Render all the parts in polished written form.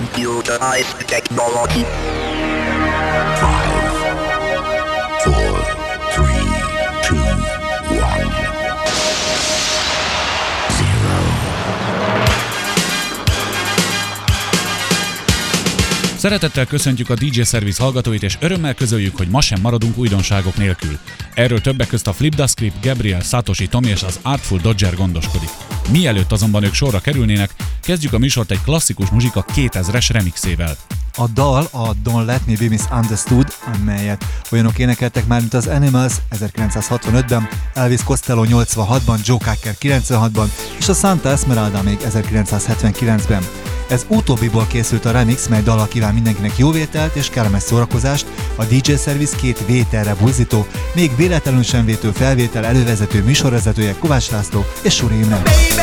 computerized technology. 5, 4, 3, 2, 1, 0. Szeretettel köszöntjük a DJ Service hallgatóit, és örömmel közöljük, hogy ma sem maradunk újdonságok nélkül. Erről többek közt a Flip the Script, Gabriel, Satoshi, Tomi és az Artful Dodger gondoskodik. Mielőtt azonban ők sorra kerülnének, kezdjük a műsort egy klasszikus muzsika 2000-es remixével. A dal a Don't Let Me Be Misunderstood, amelyet olyanok énekeltek már, mint az Animals 1965-ben, Elvis Costello 86-ban, Joe Cocker 96-ban és a Santa Esmeralda még 1979-ben. Ez utóbbiból készült a remix, mely dallal kíván mindenkinek jó vételt és kellemes szórakozást, a DJ Service két vételre buzdító, még véletlenül sem vétő felvétel elővezető műsorvezetője Kovács László és Suri Imre.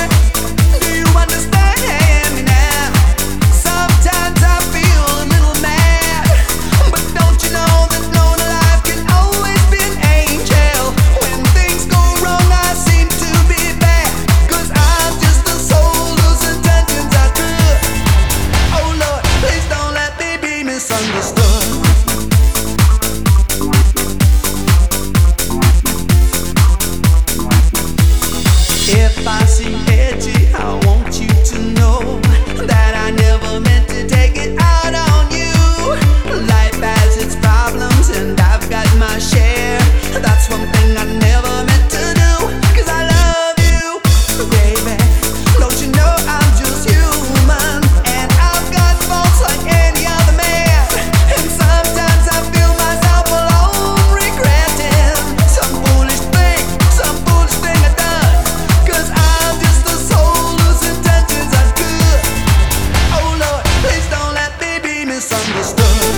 If I seem edgy, I want you to know that I never meant to take it out on you. Life has its problems and I've got my share. That's one thing I never meant to do. 'Cause I love you, baby. Don't you know I'm just human, and I've got faults like any other man. And sometimes I feel myself alone, regretting some foolish thing I done. 'Cause I'm just a soul whose intentions are good. Oh Lord, please don't let me be misunderstood.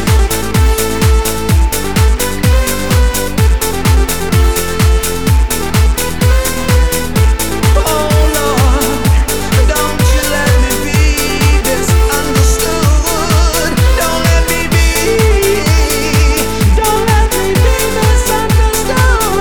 Oh Lord, don't you let me be misunderstood. Don't let me be misunderstood.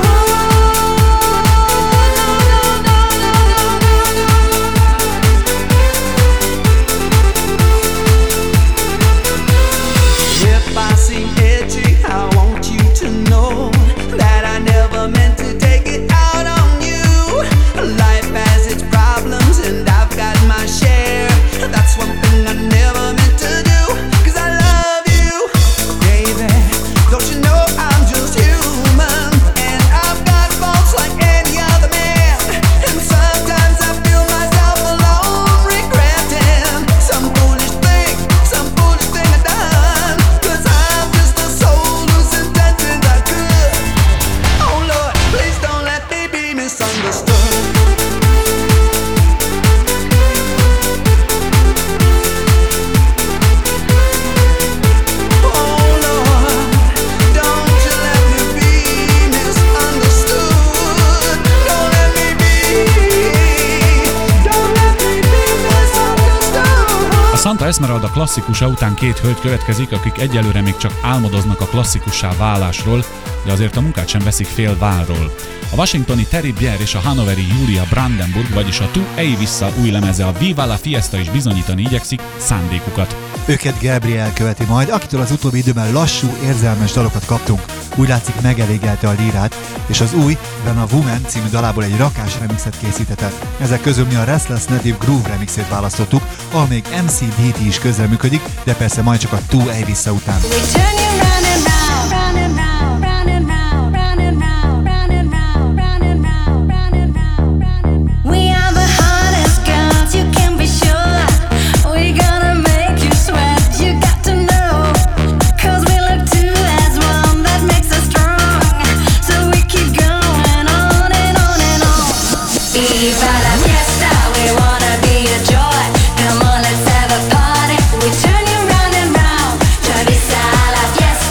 If I seem edgy, I want you to know that I never meant to take it out on you. Life has its problems and I've got my share. That's one thing I never meant to do. 'Cause I love you, baby. Don't you know I'm just human, and I've got faults like any other man. And sometimes I feel myself alone, regretting some foolish thing I done. 'Cause I'm just a soul whose intentions are good. Oh Lord, please don't let me be misunderstood. Oh Lord, don't you let me be misunderstood. Don't let me be misunderstood. A Santa Esmeralda klasszikusa után két hölgy következik, akik egyelőre még csak álmodoznak a klasszikussá válásról, de azért a munkát sem veszik fél várról. A washingtoni Terry Bier és a hannoveri Julia Brandenburg, vagyis a Tu Ei Vissza új lemeze, a Viva la Fiesta is bizonyítani igyekszik szándékukat. Őket Gabriel követi majd, akitől az utóbbi időben lassú, érzelmes dalokat kaptunk. Úgy látszik, megelégelte a lírát, és az új When a Woman című dalából egy rakás remixet készítetett. Ezek közül mi a Restless Native Groove remixét választottuk, ahol még MC-DT is közreműködik, de persze majd csak a Tu Ei Vissza után. Viva la fiesta, we wanna be a joy. Come on, let's have a party. We turn you round and round. Travisa la fiesta.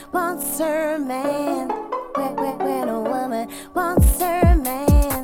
wants her man. When a woman wants her man.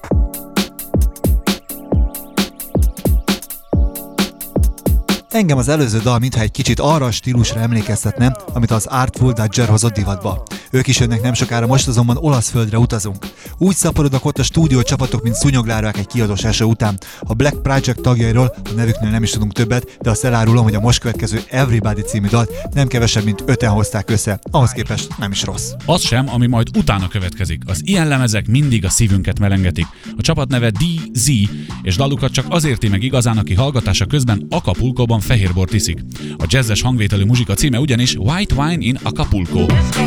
Engem az előző dal mintha egy kicsit arra a stílusra emlékeztetne, amit az Artful Dodger hozott divatba. Ők is jönnek nem sokára, most azonban olasz földre utazunk. Úgy szaporodnak ott a stúdió csapatok, mint szúnyoglárák egy kiadós eső után. A Black Project tagjairól a nevüknél nem is tudunk többet, de azt elárulom, hogy a most következő Everybody című dalt nem kevesebb, mint 5-en hozták össze. Ahhoz képest nem is rossz. Az sem, ami majd utána következik. Az ilyen lemezek mindig a szívünket melengetik. A csapat neve DZ, és dalukat csak az érti meg igazán, aki hallgatása közben Acapulcóban fehérbort iszik. A jazzes hangvételű muzsika címe ugyanis White Wine in Acapulco.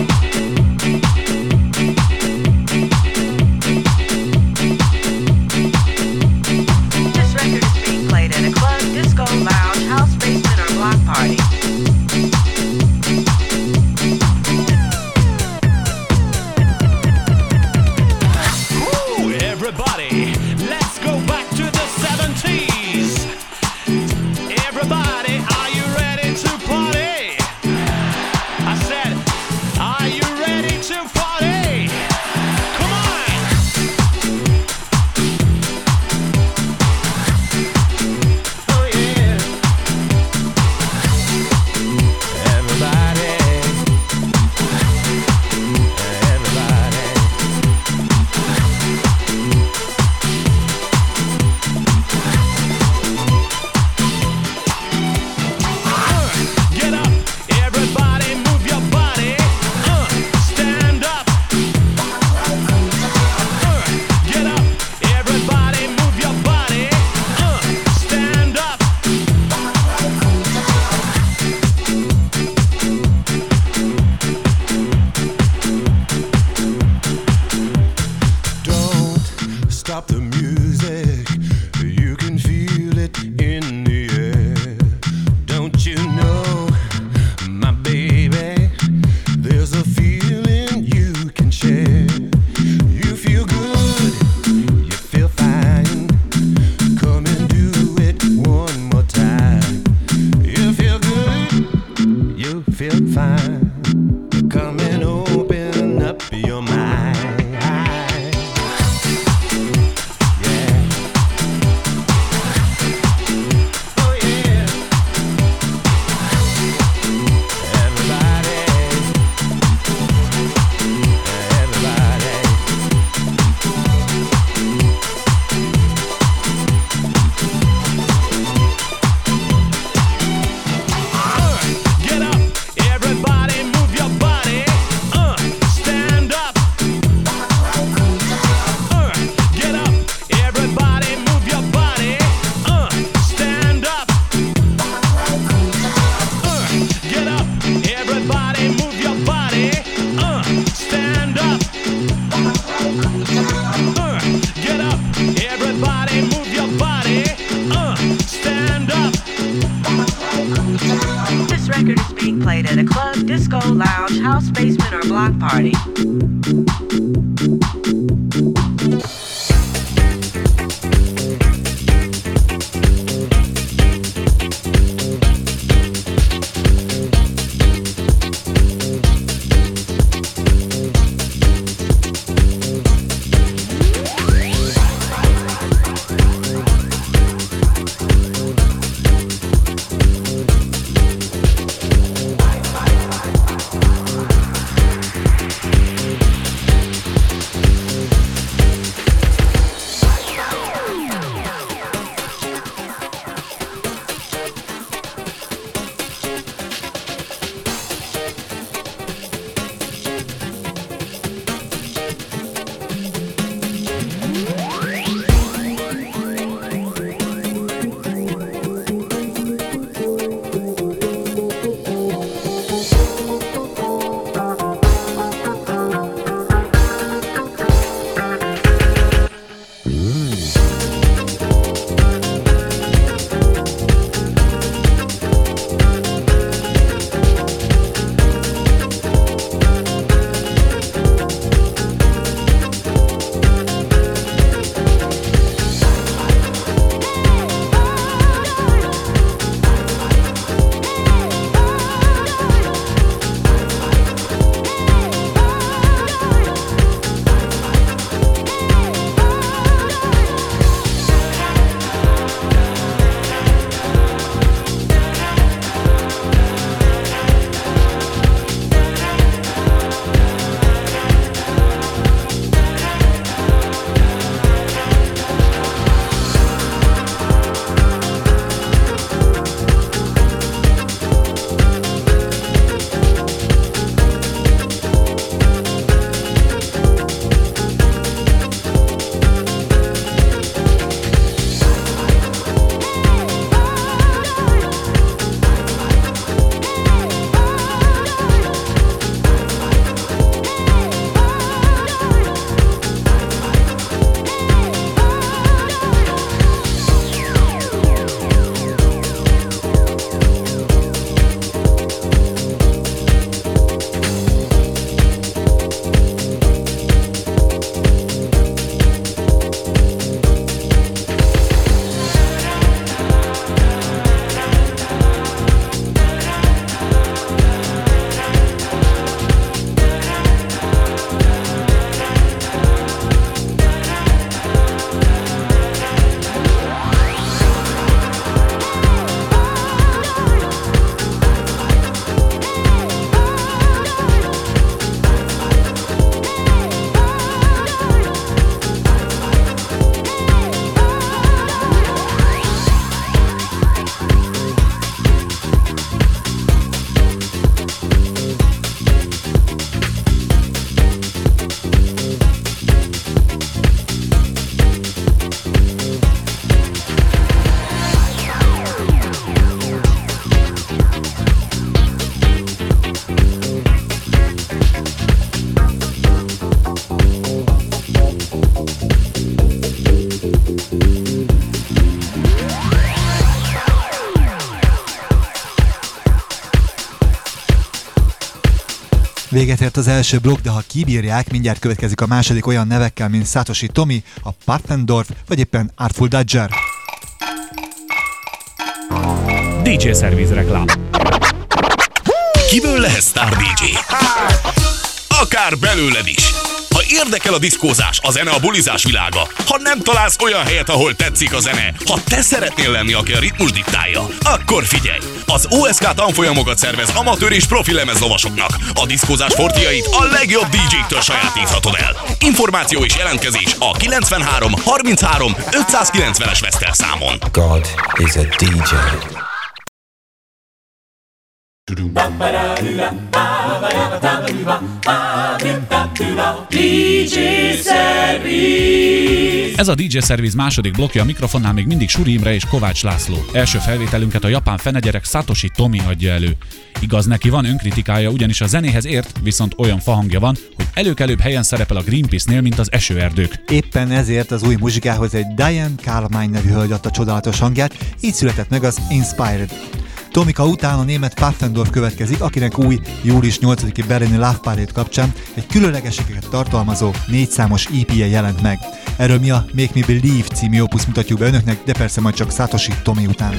Party. Ooh, everybody, let's go back to the 70s. Everybody, are you ready to party? I said, are you ready to party? Come on! Oh yeah. Everybody. Get up, everybody, move your body. Stand up. Get up, everybody, move your body. Stand up. Don't stop the music. You can feel it in the air. Don't you know, my baby, there's a feeling you can share. You feel good, you feel fine. Come and do it one more time. You feel good, you feel fine. Come and open up your mind. Yeah. Oh yeah. Everybody. Everybody. Get up, everybody, move your body. Stand up. Get up, everybody, move your body. Stand up. Get up, everybody, move your body. Stand up. Get up, everybody, move your body. Stand up. This record is being played at a club, disco, lounge, house, basement, or block party. Véget ért az első blokk, de ha kibírják, mindjárt következik a második olyan nevekkel, mint Satoshi Tomi, a Partendorf, vagy éppen Artful Dodger. DJ Service reklám. Kiből lehet sztár DJ? Akár belőled is. Ha érdekel a diszkózás, a zene, a bulizás világa, ha nem találsz olyan helyet, ahol tetszik a zene, ha te szeretnél lenni, aki a ritmus diktálja, akkor figyelj! Az OSK tanfolyamokat szervez amatőr és profi lemezlovasoknak. A diszkózás fortiait a legjobb DJ-któl sajátíthatod el. Információ és jelentkezés a 93 33 590-es Veszter számon. God is a DJ. Ez a DJ Service második blokkja, a mikrofonnál még mindig Suri Imre és Kovács László. Első felvételünket a japán fenegyerek Satoshi Tomi adja elő. Igaz, neki van önkritikája, ugyanis a zenéhez ért, viszont olyan fahangja van, hogy előkelőbb helyen szerepel a Greenpeace-nél, mint az esőerdők. Éppen ezért az új muzsikához egy Diane Carmine nevű hölgy adta csodálatos hangját, így született meg az Inspired. Tomika után a német Pfaffendorf következik, akinek új július 8-i berlini Love Parade kapcsán egy különlegességeket tartalmazó 4 számos EP-je jelent meg. Erről mi a Make Me Believe című opus mutatjuk be önöknek, de persze majd csak Satoshi Tomi után.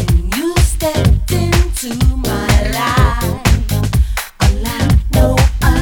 No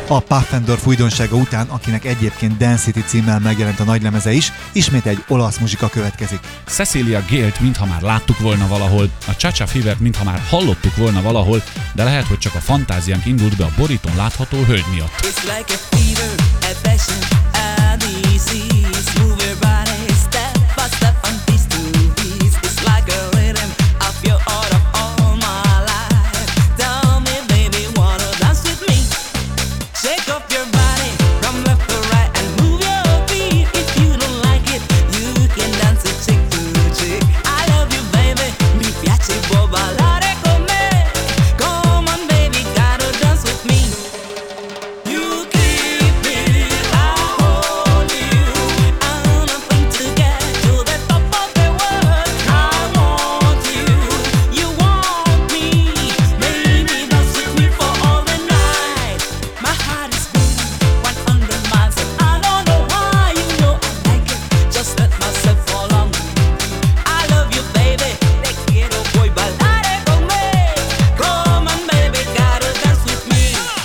A Puffendorf újdonsága után, akinek egyébként Dance City címmel megjelent a nagylemeze is, ismét egy olasz muzsika következik. Cecilia Gale-t mintha már láttuk volna valahol, a Cha-Cha Fevert mintha már hallottuk volna valahol, de lehet, hogy csak a fantáziánk indult be a borítón látható hölgy miatt. It's like a fever, a passion, a disease. Move your body, step by step on these two beats. It's like a rhythm of your heart of all my life. Tell me, baby, wanna dance with me? Shake up your body from left to right and move your feet. If you don't like it, you can dance it chick to chick. I love you, baby, mi piace ballare con me. Come on, baby, gotta dance with me. You keep me, I hold you. I wanna bring to get to the top of the world. I want you, you want me. Baby, dance with me for all the night. My heart is beating 100 miles and I don't know why. You know I like it, just let myself fall on you. I love you, baby, te quiero, voy ballare con me. Come on, baby, gotta dance with me.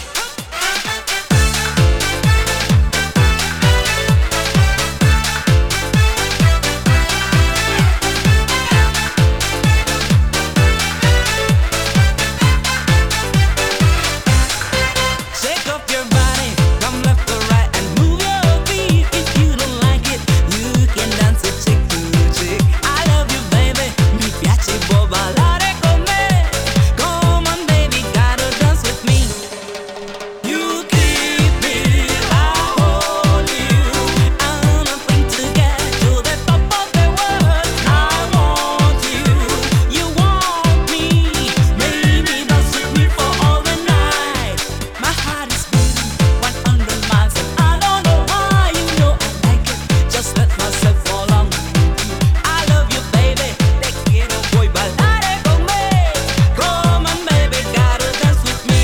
Shake up your body from left to right and move your feet. If you don't like it, you can dance it chick to chick. I love you, baby, mi piace ballare con me. Come on, baby, gotta dance with me. You keep me, I hold you. I wanna bring to get to the top of the world. I want you, you want me. Baby, dance with me for all the night. My heart is beating 100 miles and I don't know why. You know I like it, just let myself fall on you. I love you, baby, te quiero, voy ballare con me. Come on, baby, gotta dance with me.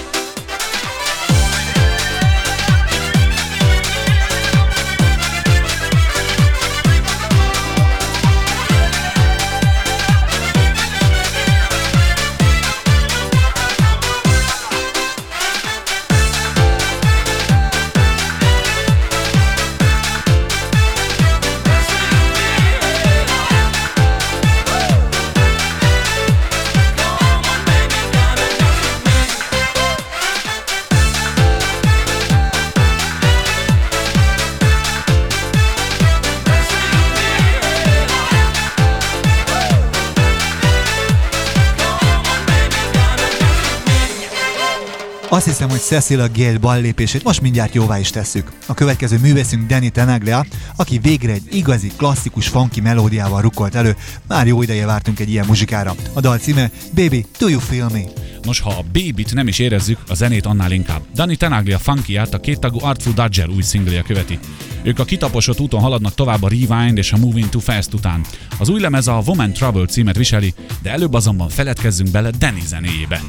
Azt hiszem, hogy Cecilia Gale ballépését most mindjárt jóvá is tesszük. A következő művészünk Danny Tenaglia, aki végre egy igazi, klasszikus funky melódiával rukkolt elő. Már jó ideje vártunk egy ilyen muzsikára. A dal címe Baby, Do You Feel Me? Nos, ha a Baby-t nem is érezzük, a zenét annál inkább. Danny Tenaglia funkyját a kéttagú Artful Dodger új szingléje követi. Ők a kitaposott úton haladnak tovább a Rewind és a Moving Too Fast után. Az új lemez a Woman Trouble címet viseli, de előbb azonban feledkezzünk bele Danny zenéjébe.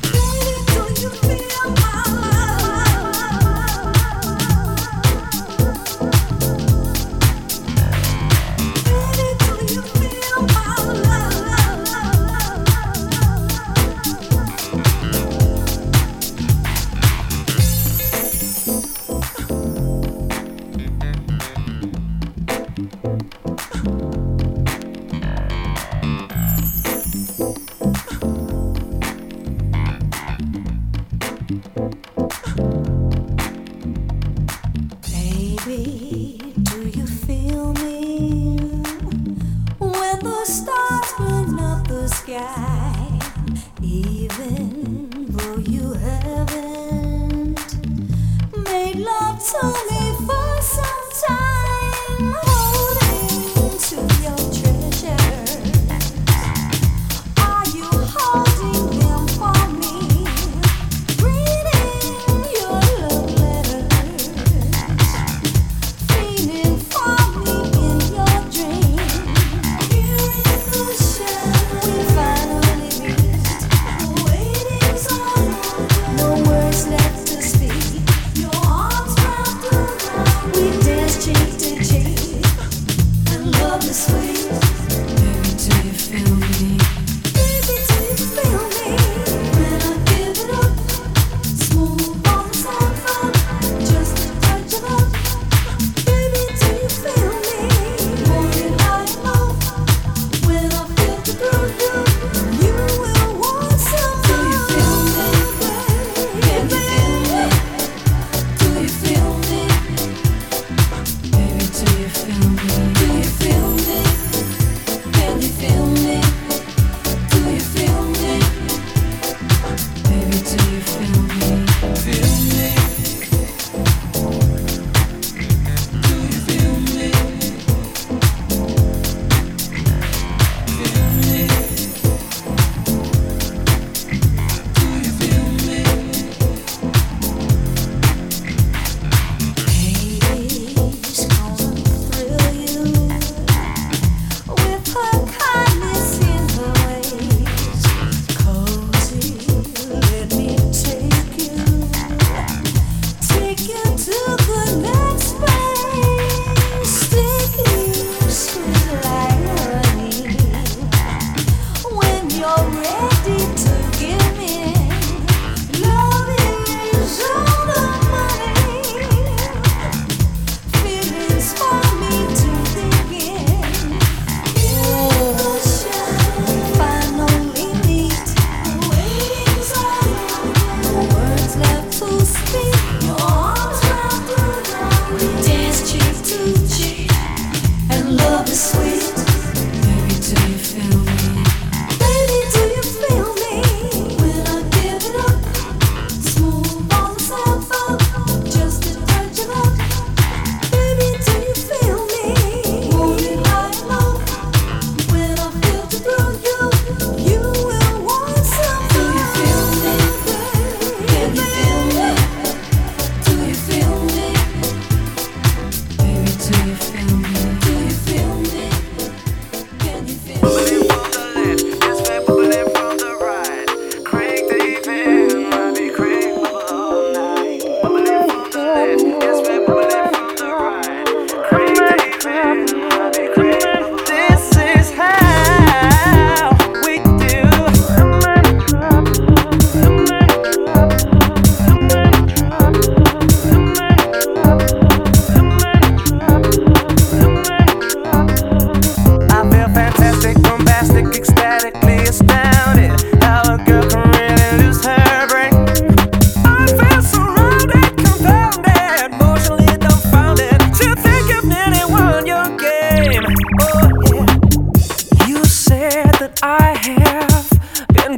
Left to speak, your arms wrapped around.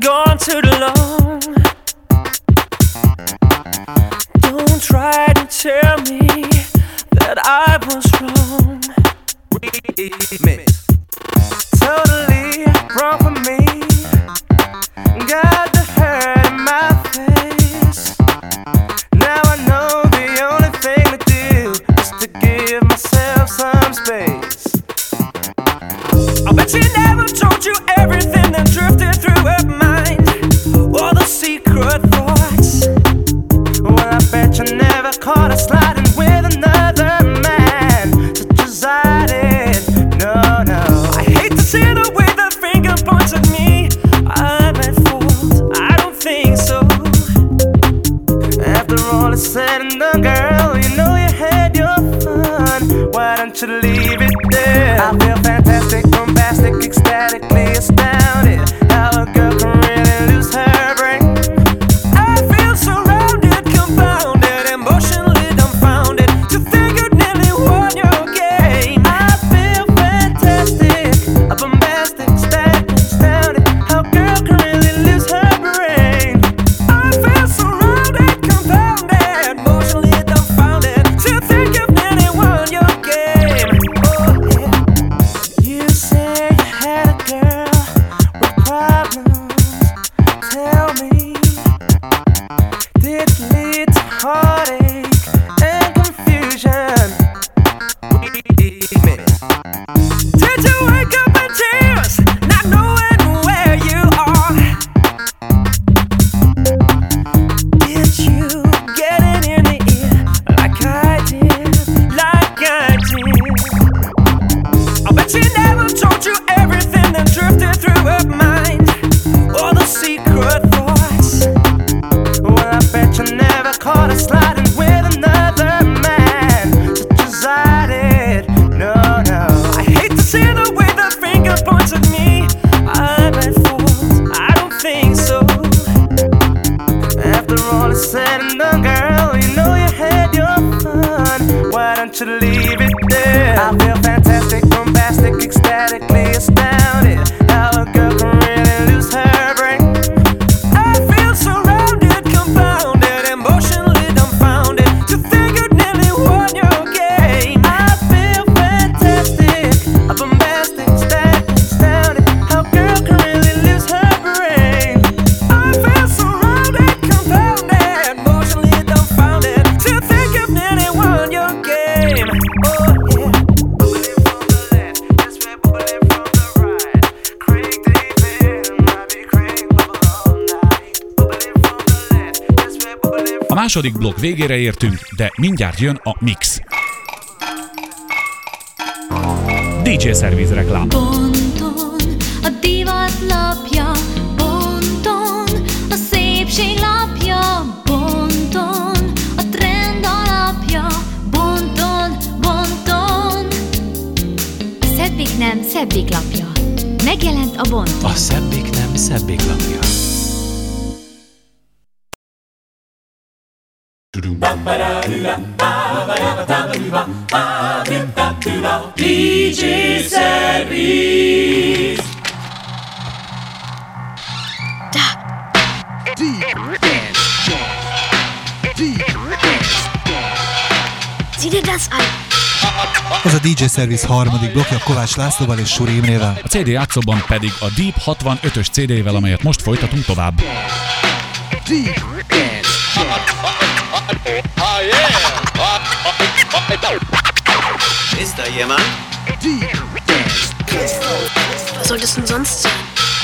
gone too long. Don't try to tell me that I was wrong. Totally wrong for me. Got the hurt in my face. Now I know the only thing to do is to give myself some space. I bet she never told you everything that drifted through her mind, all the secret thoughts. Well, I bet you never caught her sliding with another man, such as I did. No, no, I hate to see the way the finger points at me. I'm at fault, I don't think so. After all is said and done, girl, you know you had your fun. Why don't you leave it there? I feel fantastic, bombastic, ecstatically astounded. How a girl can really lose her brain. I feel surrounded, confounded, emotionally dumbfounded. To think you nearly won your game. I feel fantastic, bombastic, ecstatic, astounded. How a girl can really lose her brain. I feel surrounded, confounded, emotionally dumbfounded. To think you've nearly won your game. Oh yeah. You say you had a girl with problems. Tell me, did it lead to heartache and confusion? Did you wake up in tears, not knowing where you are? Did you get it in the ear like I did, like I did? I bet she never told you everything that drifted through her mind, all the secret thoughts. Well, I bet you never caught her sliding with another man, such as I did. No, no, I hate to see the way the finger points at me. I'm at fault, I don't think so. After all is said and done, girl, you know you had your fun. Why don't you leave it there? I feel fantastic, bombastic, ecstatically astounded. How a girl can really lose her brain. I feel surrounded, confounded, emotionally dumbfounded. To think you nearly won your game. I feel fantastic, bombastic, ecstatic, astounded. How a girl can really lose her brain. I feel surrounded, confounded, emotionally dumbfounded. To think you've nearly won your game. Oh yeah. Bubbling from the left, that's right, bubbling from the right. Craig David, Robbie Craig, bubble all night. Bubbling from the left, that's right, bubbling from A második blokk végére értünk, de mindjárt jön a mix. DJ Service reklám. Bonton, a divat lapja, bonton, a szépség lapja, bonton, a trend alapja, bonton, bonton. A szebbik nem szebbik lapja. Megjelent a bonton. A szebbik nem szebbik lapja. DJ Service. Sieh dir das an. Ez a DJ Service harmadik blokkja Kovács Lászlóval és Suri Imrével. A CD játszóban pedig a Deep 65-ös CD-vel, amelyet most folytatunk tovább. Ist da jemand? Was soll das denn sonst sein?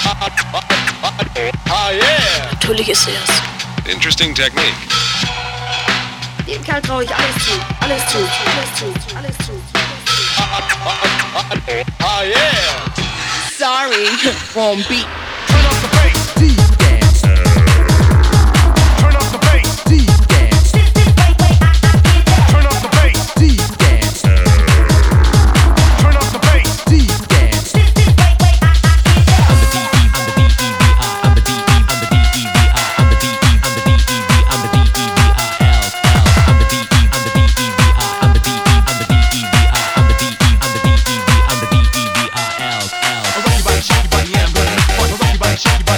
Natürlich ist er's. Interesting technique. Dem Kerl traue ich alles zu. Alles zu. Alles zu. Alles zu. Sorry, wrong beat. Turn up the bass. Dance. Turn up the bass. Dance. Turn up the bass. Dance. Turn up the bass. Dance. Shake your body,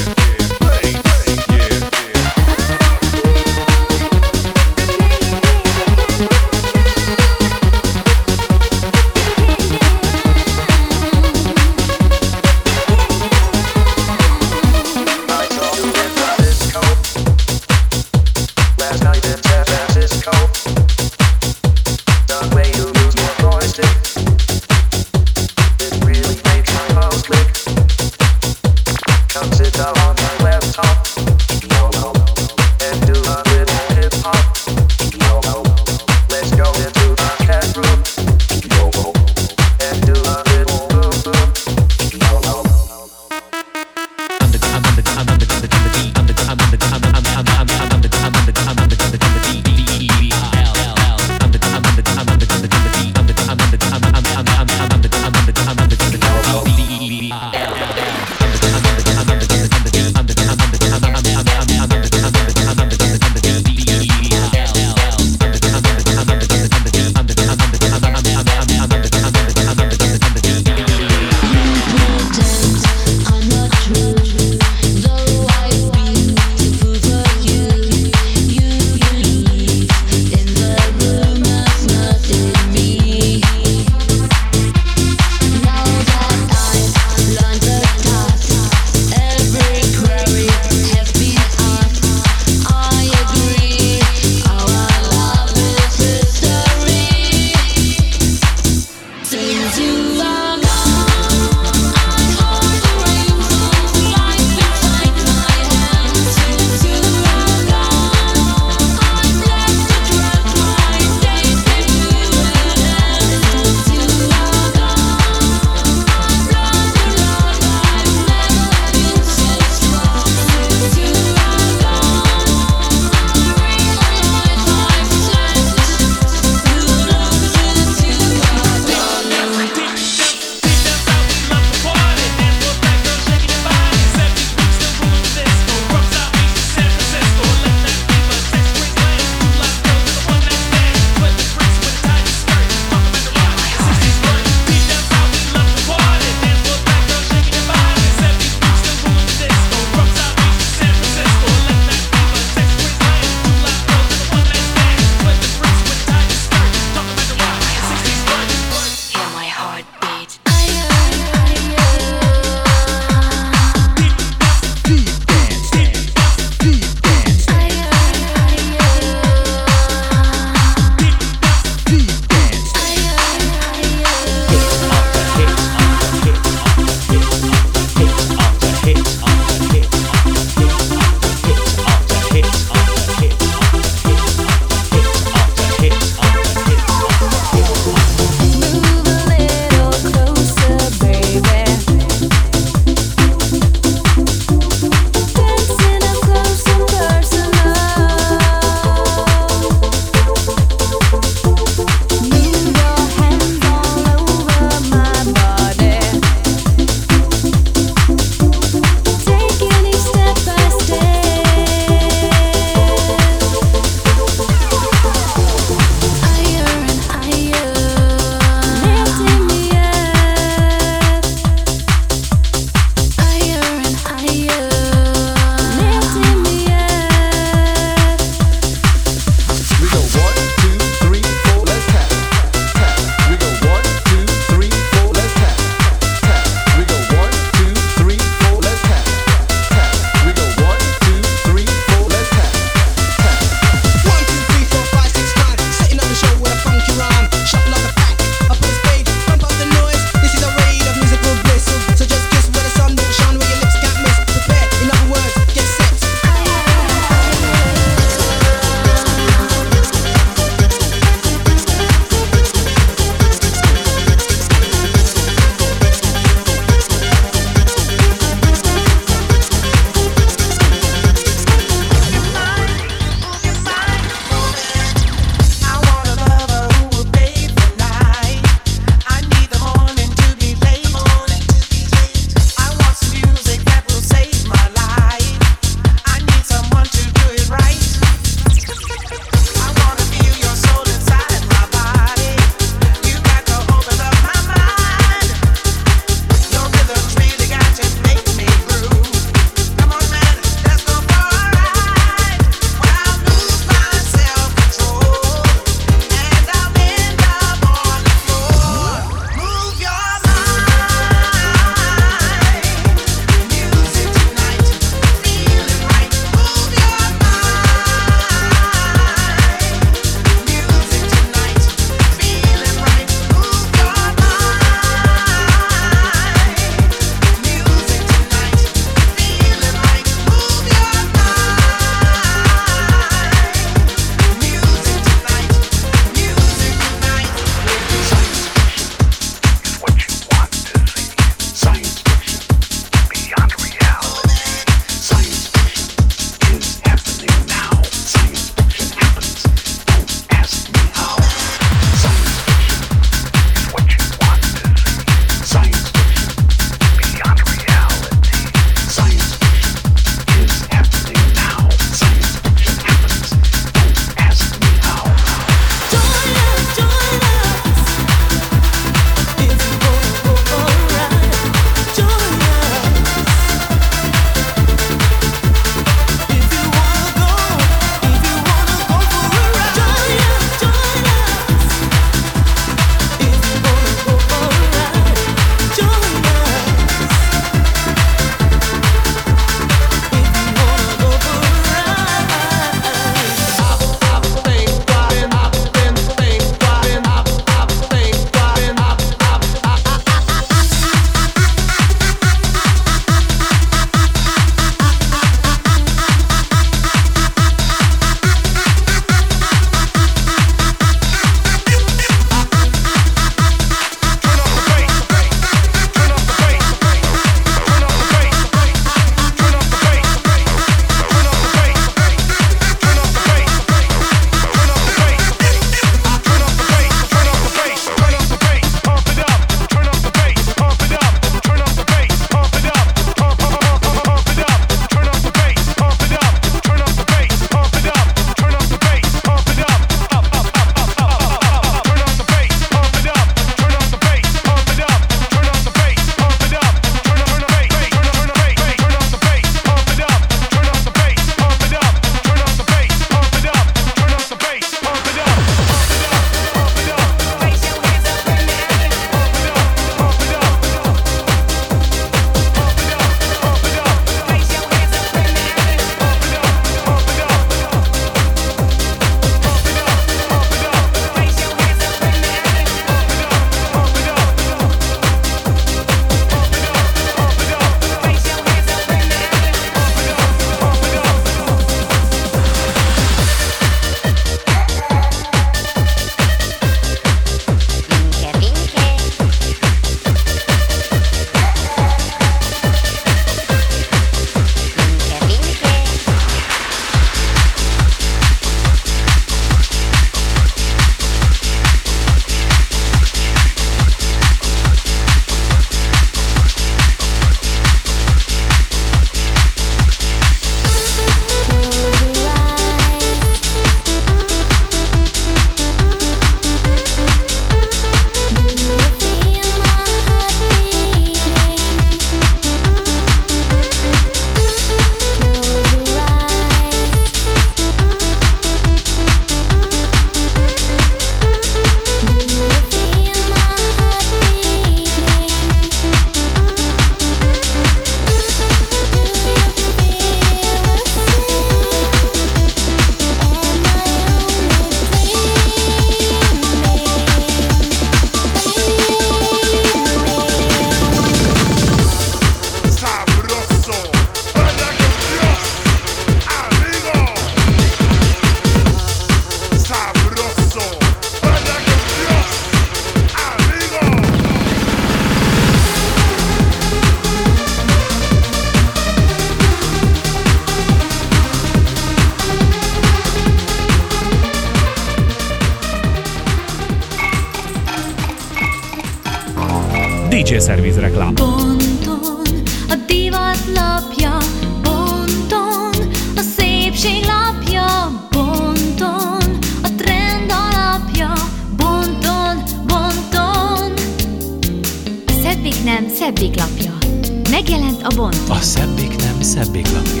DJ Service reklám. Bonton a divat lapja, bonton a szépség lapja, bonton a trend alapja, bonton, bonton. A szebbik nem szebbik lapja. Megjelent a Bonton. A szebbik nem szebbik lapja.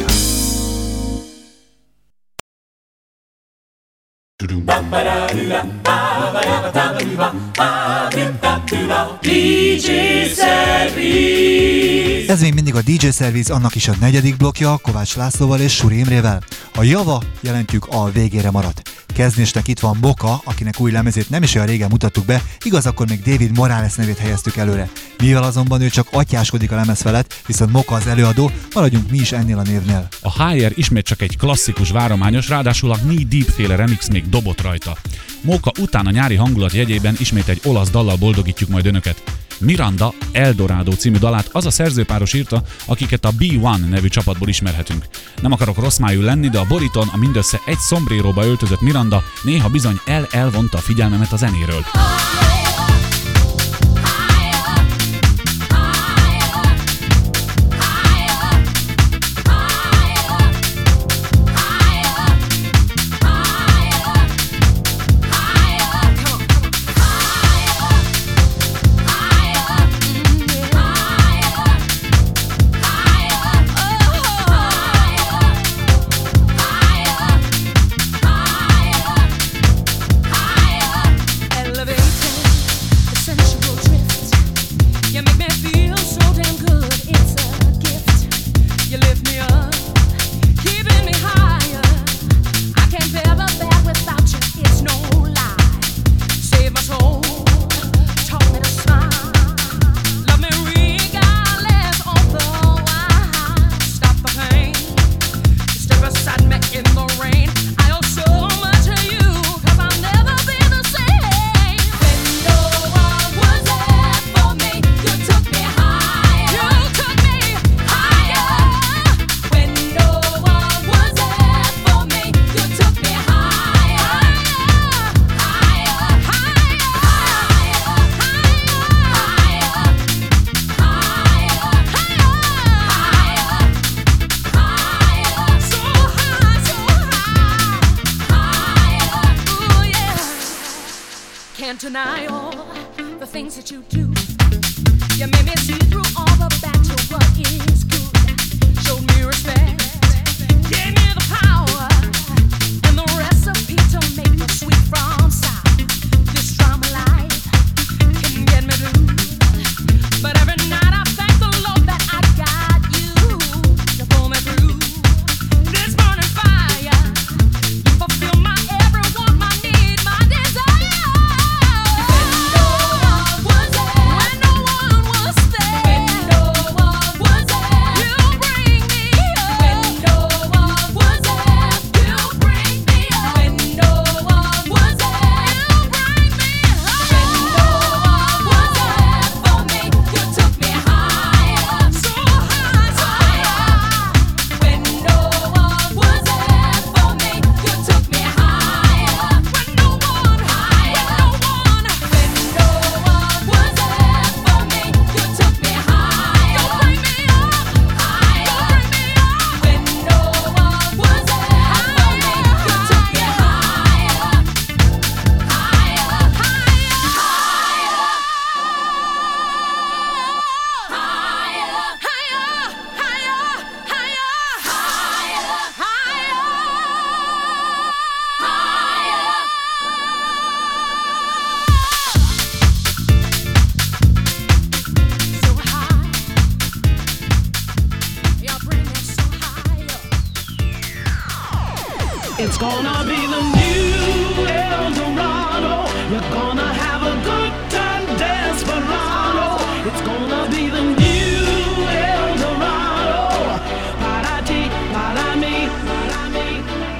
DJ Service. Ez még mindig a DJ Service, annak is a negyedik blokja, Kovács Lászlóval és Suri Imrével. A java jelentjük a végére maradt. Kezdésnek itt van Moka, akinek új lemezét nem is olyan régen mutattuk be, igaz, akkor még David Morales nevét helyeztük előre. Mivel azonban ő csak atyáskodik a lemez felett, viszont Moka az előadó, maradjunk mi is ennél a névnél. A HR ismét csak egy klasszikus várományos, ráadásul a Knee Deep féle remix még dobott rajta. Moka után a nyári hangulat jegyében ismét egy olasz dallal boldogítjuk majd önöket. Miranda Eldorado című dalát az a szerzőpáros írta, akiket a B1 nevű csapatból ismerhetünk. Nem akarok rossz májú lenni, de a borítón a mindössze egy szombréróba öltözött Miranda néha bizony elvonta a figyelmemet a zenéről. It's gonna be the new El Dorado. You're gonna have a good time, Desperado. It's gonna be the new El Dorado. Para-ti, para-mi, para-mi.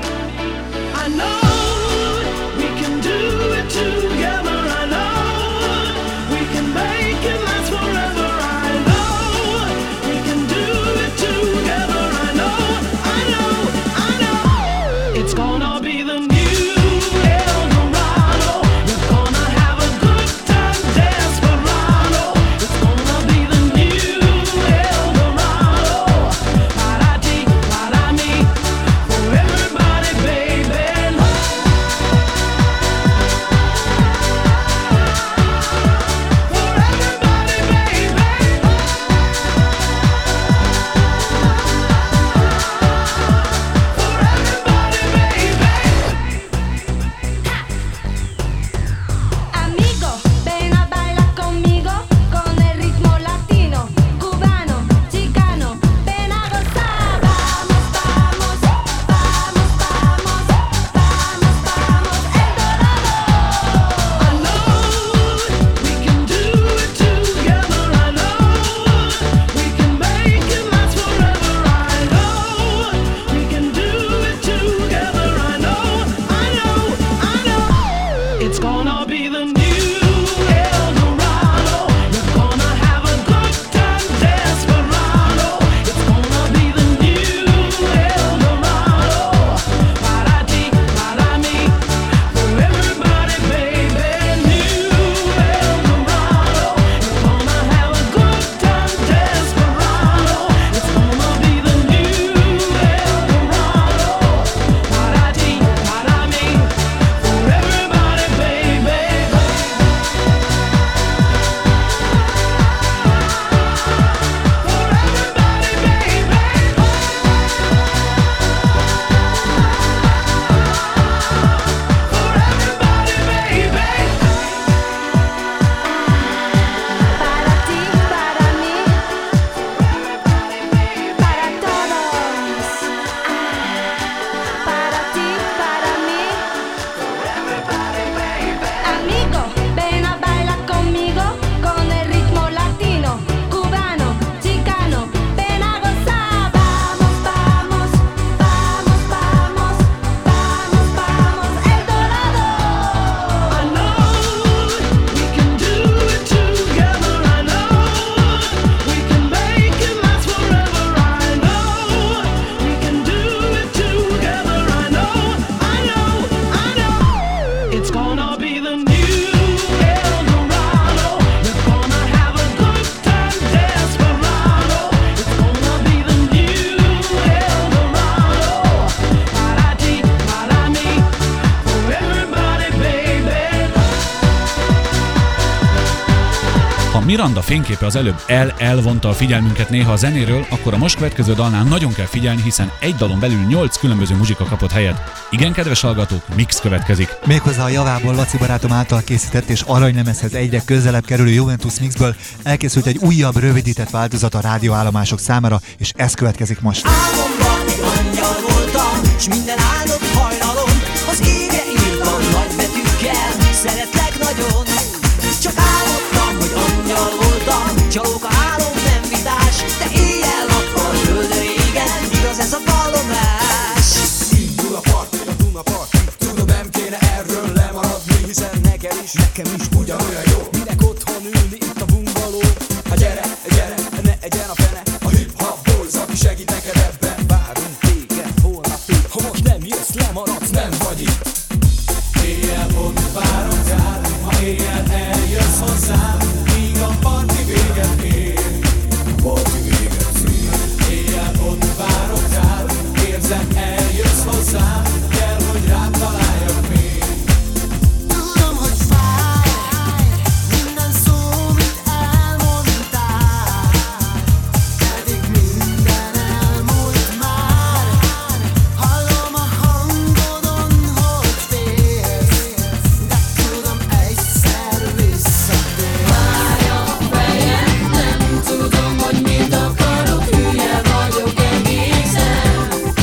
I know we can do it together. I know we can make it last forever. I know we can do it together. I know, I know, I know. It's gonna be the new Miranda fényképe az előbb elvonta a figyelmünket néha a zenéről, akkor a most következő dalnál nagyon kell figyelni, hiszen egy dalon belül 8 különböző muzsika kapott helyet. Igen, kedves hallgatók, mix következik. Méghozzá a javából Laci barátom által készített és aranylemezhez egyre közelebb kerülő Juventus Mixből elkészült egy újabb, rövidített változat a rádióállomások számára, és ez következik most. Álmomban egy angyal voltam, s minden áldott hajnalom az ége írtam nagybetűkkel, szeretlek nagyon. Csak álmodtam, hogy angyal voltam, csalóka álom nem vitás, de éjjel-nappal földön égen, igaz ez a vallomás. Indul a parti, a Dunaparti, tudom nem kéne erről lemaradni, hiszen neked is, nekem is ugyanolyan jó. Minek otthon ülni itt a bungaló? Hát gyere, gyere, ne egyen a fene, a hip-hop boys, aki segít neked ebben. Várunk téged holnapig, ha most nem jössz, lemaradsz, nem vagy itt. Éjjel pont várok rád, ha éjjel eljössz hozzám, míg a parti véget ér. A parti véget ér. Éjjel pont várok rád, érzem eljössz hozzám, kell, hogy rád találjak még. Tudom, hogy fáj minden szó, mit elmondtál, pedig minden elmúlt már. Hallom a hangodon, hogy félsz, de tudom egyszer visszatér. Fáj a fejem, nem tudom, hogy mit akarok, hülye vagyok egészen.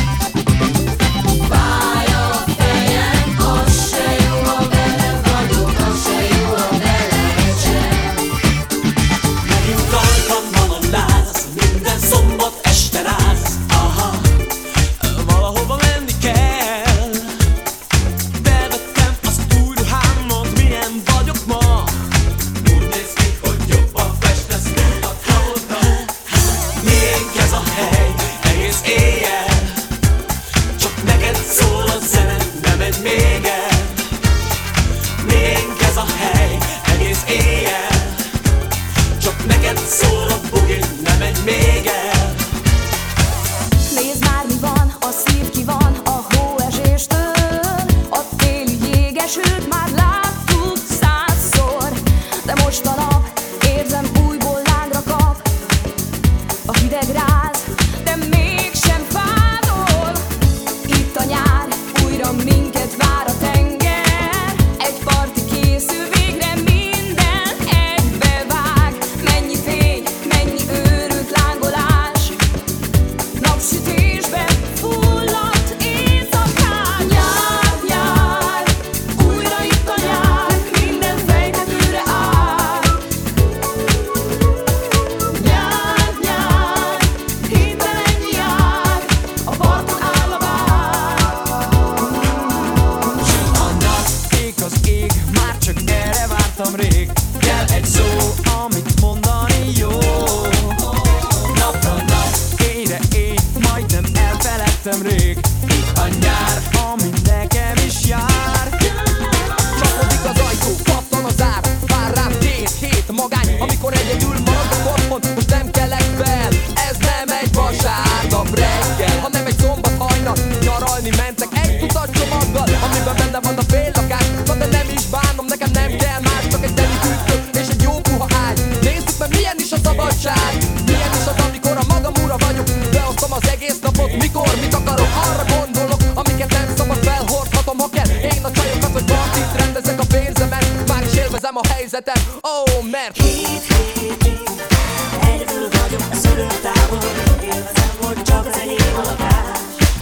Fáj a fejem, az se jó, ha vele vagyok, az se jó, ha veled sem. Megint rajtam van a láz, minden szombat este ráz. Aha, valahova menni kell. Bevettem az új ruhámat, milyen vagyok ma. Úgy néz ki, hogy jobban festesz, mint a hallottam. Miénk ez a hely, egész éjjel, csak neked szól a zene, nem egy még el. Miénk ez a hely, egész éjjel, csak neked szól a bugi, nem egy még el. Nézd már, mi van, a szív ki van a hóeséstől. A téli jégesőt már láttuk 100-szor, de most a nap, érzem, újból lángra kap. A hideg ráz, de mégsem fádol. Itt a nyár, újra minket vár a tenger. Egy parti készül, végre minden egybevág. Mennyi fény, mennyi őrült lángolás, napsütésben fulladt éjszakán. Nyár, nyár, újra itt a nyár, minden fejtetőre áll. Nyár, nyár, héten ennyi jár, a parton áll a bár. A nap, ég az ég, már csak erre vártam rég. Kell egy szó, amit mondani jó. Napra nap, éjre éj, majdnem elfeledtem rég. Itt a nyár, ami nekem is jár. Csapodik az ajtó, pattan az ár, vár rám 2 hét magány, amikor egyedül maradok otthon, most nem kelek fel. Ez nem egy vasárnap reggel, hanem egy szombat hajnal. Nyaralni mentek egy tucat csomaggal, amiben benne van a fél lakás. Na de nem is bánom, nekem nem kell más, csak egy teli tűztől és egy jó puha ágy. Nézzük meg, milyen is a szabadság, milyen is az, amikor a magam ura vagyok. Beosztom az egész napot, mikor mit akarok, arra gondolok, amiket nem szabad felhordhatom, ha kell. Én a csajokat, hogy partit rendezek a pénzemet, már is élvezem a helyzetet, mert Egyedül vagyok a szülőtávon, élvezem, hogy csak az enyém a lakás.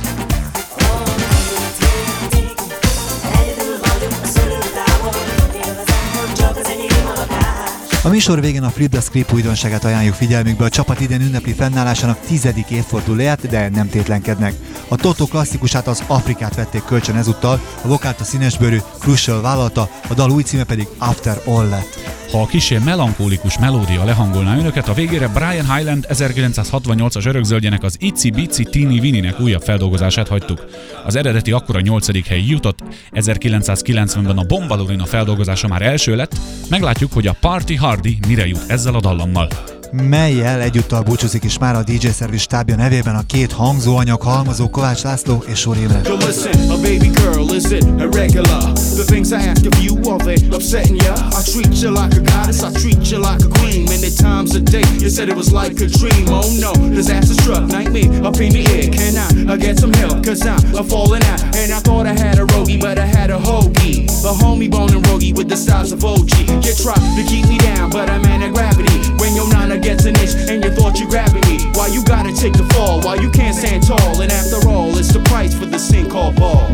Egyedül vagyok a szülőtávon, élvezem, hogy csak az enyém a lakás. A műsor végén a Flip the Script újdonságát ajánljuk figyelmükbe. A csapat idén ünnepli fennállásának 10. évfordulóját, de nem tétlenkednek. A Toto klasszikusát, az Afrikát vették kölcsön ezúttal, a vokált a színesbőrű Crucial vállalta, a dal új címe pedig After All lett. Ha a kissé melankólikus melódia lehangolná önöket, a végére Brian Hyland 1968-as örökzöldjének, az Itsy Bitsy Teeny Winnie-nek újabb feldolgozását hagytuk. Az eredeti akkora 8. helyi jutott, 1990-ben a Bombalurina feldolgozása már első lett, meglátjuk, hogy a Party Hardy mire jut ezzel a dallammal. melyel egyúttal búcsúzik is már a DJ Szerviz stábja nevében a két hangzóanyag halmozó Kovács László és Sor Imre. So listen, a baby girl, is it irregular? The things I ask of you, are they upsetting ya? I treat you like a goddess, I treat you like a queen. Many times a day, you said it was like a dream. Oh no, disaster struck, nightmare up in the air. Can I get some help? Cause I'm falling out. And I thought I had a rogie, but I had a hoagie. A homie bone and rogie with the styles of OG. You try to keep me down, but I'm in a gravity. When your nana gets an itch and you thought you grabbing me. Why you gotta take the fall? Why you can't stand tall? And after all, it's the price for the thing called ball.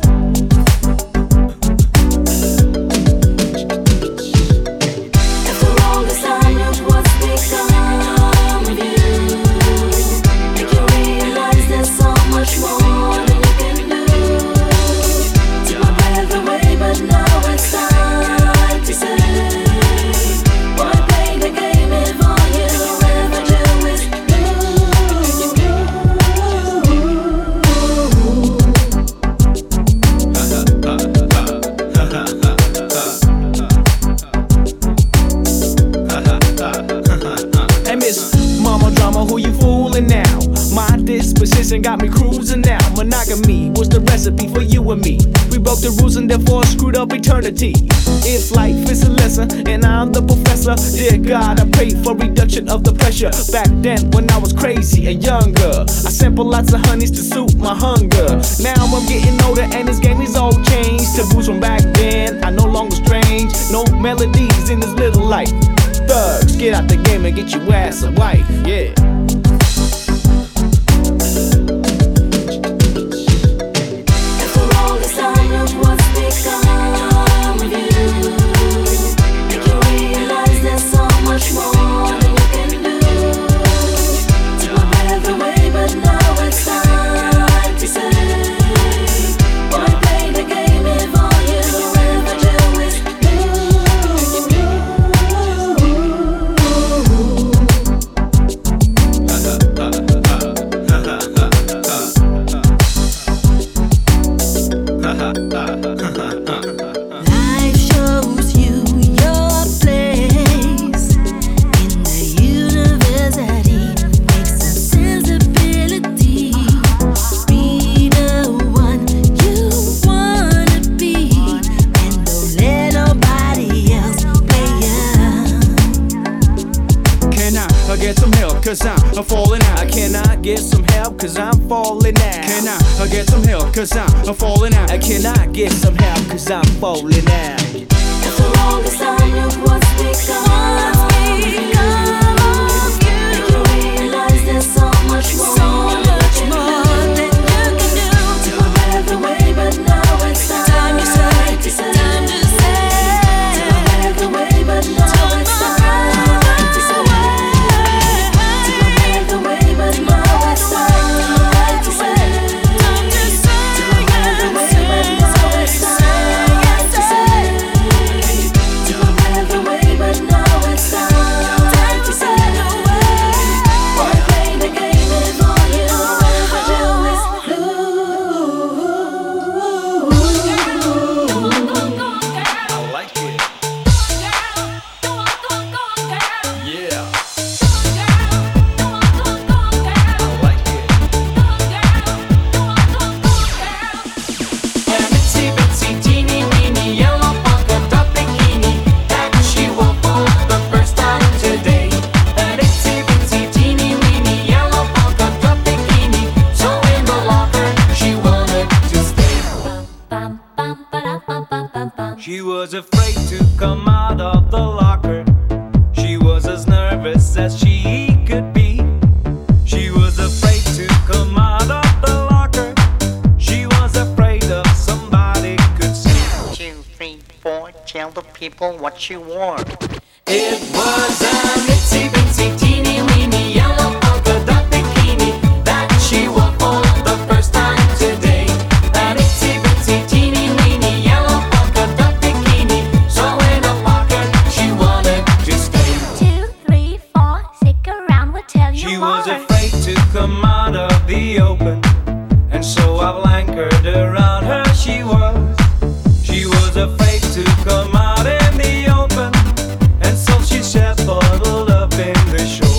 Got me cruising now. Monogamy was the recipe for you and me. We broke the rules and therefore screwed up eternity. If life is a lesson and I'm the professor, dear God, I pray for reduction of the pressure. Back then when I was crazy and younger, I sampled lots of honeys to suit my hunger. Now I'm getting older and this game is all changed. Taboos from back then are no longer strange. No melodies in this little life. Thugs, get out the game and get your ass a wife. Yeah. Cause I'm falling out. I cannot get some help cause I'm falling out. Can I get some help cause I'm falling out. I cannot get some help cause I'm falling out. For the longest time look what's become of you. You realize there's so much more that you can do. To a better way, but now it's time to say. Time to say. To a better way, but now it's time. She was afraid to come out of the locker. She was as nervous as she could be. She was afraid to come out of the locker. She was afraid of somebody could see. 2, 3, 4, tell the people what you wore. It was a itsy bitsy teeny weeny yellow polka dot bikini that she wore for the first time today. An itsy bitsy teeny weeny yellow polka dot bikini, so in a pocket she wanted to stay. 2, 3, 4, stick around, we'll tell you She more. was afraid to come out of the open, and so I've anchored around her. She was afraid to come out in the open, and so she sat bottled up in the shore.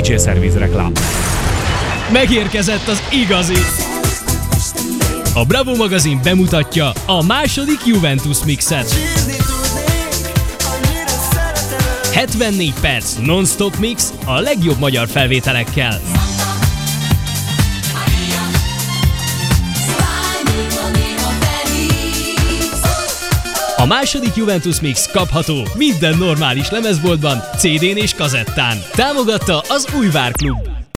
DJ Service reklám. Megérkezett az igazi! A Bravo magazin bemutatja a második Juventus mixet. 74 perc non-stop mix a legjobb magyar felvételekkel. A második Juventus mix kapható minden normális lemezboltban, CD-n és kazettán. Támogatta az Újvár Klub.